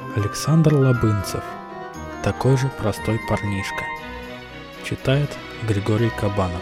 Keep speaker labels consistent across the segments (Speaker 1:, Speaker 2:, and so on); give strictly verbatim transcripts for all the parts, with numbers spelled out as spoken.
Speaker 1: Александр Лабынцев. Такой же простой парнишка. Читает Григорий Кабанов.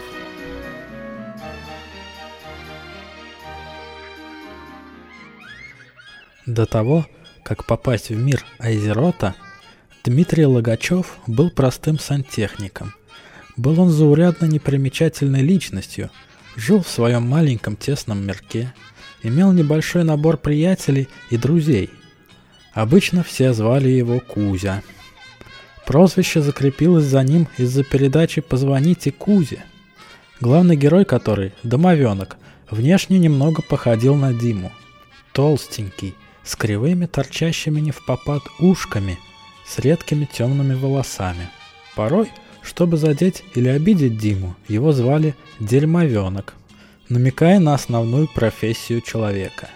Speaker 1: До того, как попасть в мир Айзерота, Дмитрий Логачев был простым сантехником. Был он заурядно непримечательной личностью, жил в своем маленьком тесном мирке, имел небольшой набор приятелей и друзей. Обычно все звали его Кузя. Прозвище закрепилось за ним из-за передачи «Позвоните Кузе», главный герой которой, домовенок, внешне немного походил на Диму. Толстенький, с кривыми торчащими невпопад ушками, с редкими темными волосами. Порой, чтобы задеть или обидеть Диму, его звали Дерьмовенок, намекая на основную профессию человека.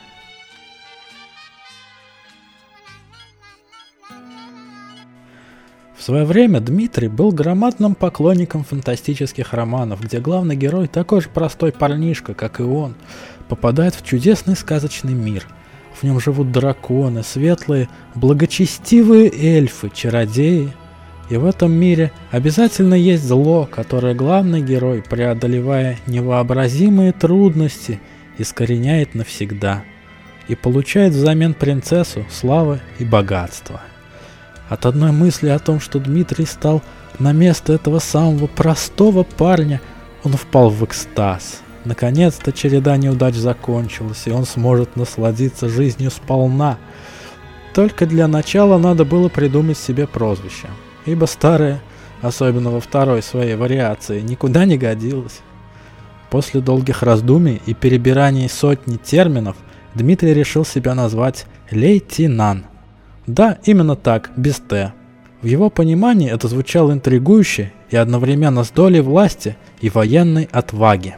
Speaker 1: В свое время Дмитрий был громадным поклонником фантастических романов, где главный герой, такой же простой парнишка, как и он, попадает в чудесный сказочный мир. В нем живут драконы, светлые, благочестивые эльфы, чародеи. И в этом мире обязательно есть зло, которое главный герой, преодолевая невообразимые трудности, искореняет навсегда и получает взамен принцессу, славы и богатство. От одной мысли о том, что Дмитрий стал на место этого самого простого парня, он впал в экстаз. Наконец-то череда неудач закончилась, и он сможет насладиться жизнью сполна. Только для начала надо было придумать себе прозвище, ибо старое, особенно во второй своей вариации, никуда не годилось. После долгих раздумий и перебираний сотни терминов Дмитрий решил себя назвать Лейтенан. Да, именно так, без «т». В его понимании это звучало интригующе и одновременно с долей власти и военной отваги.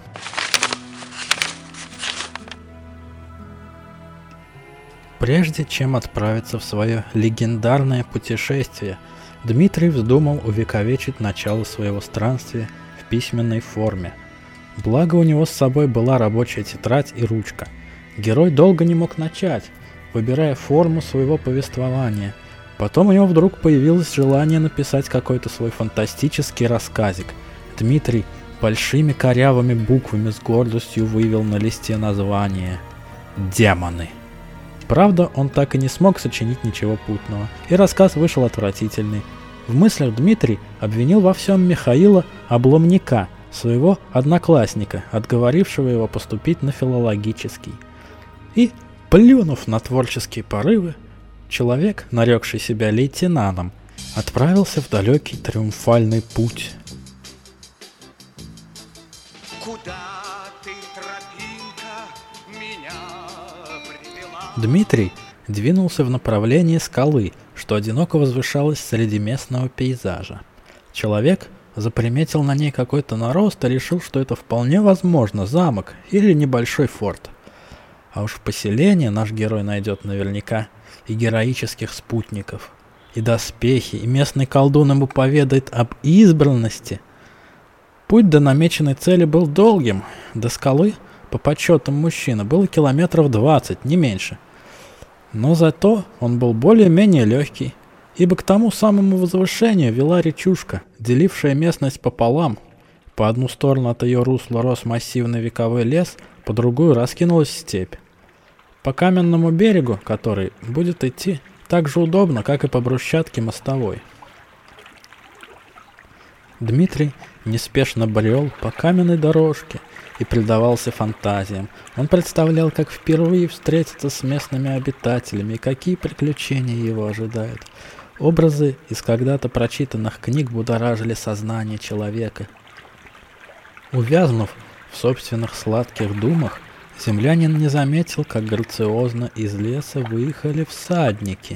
Speaker 1: Прежде чем отправиться в свое легендарное путешествие, Дмитрий вздумал увековечить начало своего странствия в письменной форме. Благо у него с собой была рабочая тетрадь и ручка. Герой долго не мог начать, выбирая форму своего повествования. Потом у него вдруг появилось желание написать какой-то свой фантастический рассказик. Дмитрий большими корявыми буквами с гордостью вывел на листе название «Демоны». Правда, он так и не смог сочинить ничего путного, и рассказ вышел отвратительный. В мыслях Дмитрий обвинил во всем Михаила Обломника, своего одноклассника, отговорившего его поступить на филологический. И, плюнув на творческие порывы, человек, нарекший себя лейтенаном, отправился в далекий триумфальный путь. Куда ты, тропинка, меня привела? Дмитрий двинулся в направлении скалы, что одиноко возвышалась среди местного пейзажа. Человек заприметил на ней какой-то нарост и решил, что это вполне возможно замок или небольшой форт. А уж в поселении наш герой найдет наверняка и героических спутников, и доспехи, и местный колдун ему поведает об избранности. Путь до намеченной цели был долгим. До скалы, по подсчетам мужчины, было километров двадцать, не меньше. Но зато он был более-менее легкий, ибо к тому самому возвышению вела речушка, делившая местность пополам. По одну сторону от ее русла рос массивный вековой лес, по другую раскинулась степь. По каменному берегу, который будет идти так же удобно, как и по брусчатке мостовой. Дмитрий неспешно брел по каменной дорожке и предавался фантазиям. Он представлял, как впервые встретиться с местными обитателями и какие приключения его ожидают. Образы из когда-то прочитанных книг будоражили сознание человека. Увязнув в собственных сладких думах, землянин не заметил, как грациозно из леса выехали всадники.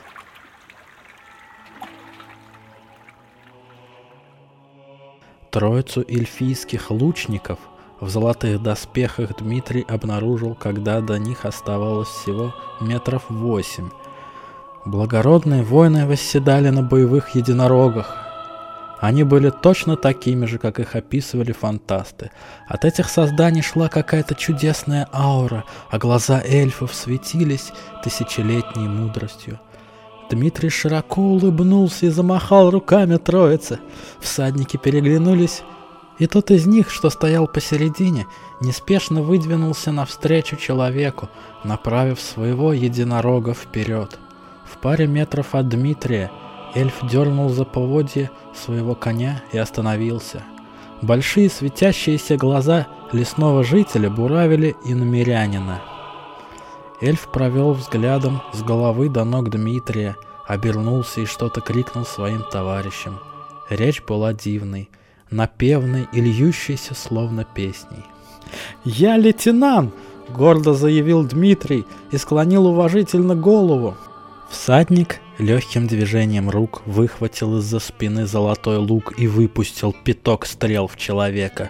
Speaker 1: Троицу эльфийских лучников в золотых доспехах Дмитрий обнаружил, когда до них оставалось всего метров восемь. Благородные воины восседали на боевых единорогах. Они были точно такими же, как их описывали фантасты. От этих созданий шла какая-то чудесная аура, а глаза эльфов светились тысячелетней мудростью. Дмитрий широко улыбнулся и замахал руками троице. Всадники переглянулись, и тот из них, что стоял посередине, неспешно выдвинулся навстречу человеку, направив своего единорога вперед. В паре метров от Дмитрия эльф дернул за поводье своего коня и остановился. Большие светящиеся глаза лесного жителя буравили иномирянина. Эльф провел взглядом с головы до ног Дмитрия, обернулся и что-то крикнул своим товарищам. Речь была дивной, напевной и льющейся словно песней. «Я лейтенант!» — гордо заявил Дмитрий и склонил уважительно голову. Всадник легким движением рук выхватил из-за спины золотой лук и выпустил пяток стрел в человека.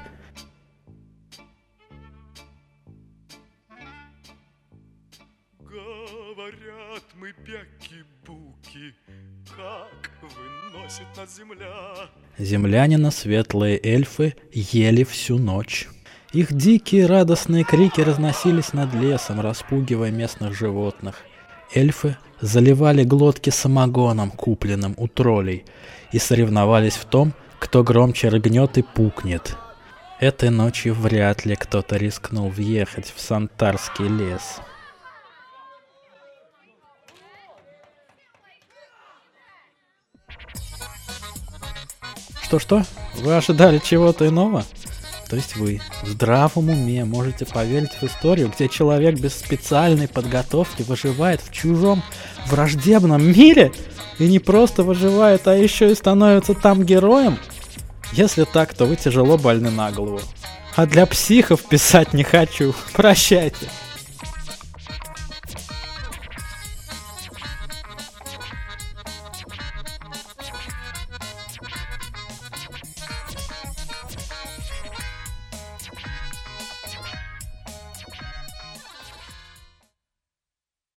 Speaker 2: Говорят мы бяки-буки, как выносит нас земля.
Speaker 1: Землянина светлые эльфы ели всю ночь. Их дикие радостные крики разносились над лесом, распугивая местных животных. Эльфы заливали глотки самогоном, купленным у троллей, и соревновались в том, кто громче рыгнет и пукнет. Этой ночью вряд ли кто-то рискнул въехать в Сантарский лес. Что-что? Вы ожидали чего-то иного? То есть вы в здравом уме можете поверить в историю, где человек без специальной подготовки выживает в чужом враждебном мире? И не просто выживает, а еще и становится там героем? Если так, то вы тяжело больны на голову. А для психов писать не хочу. Прощайте.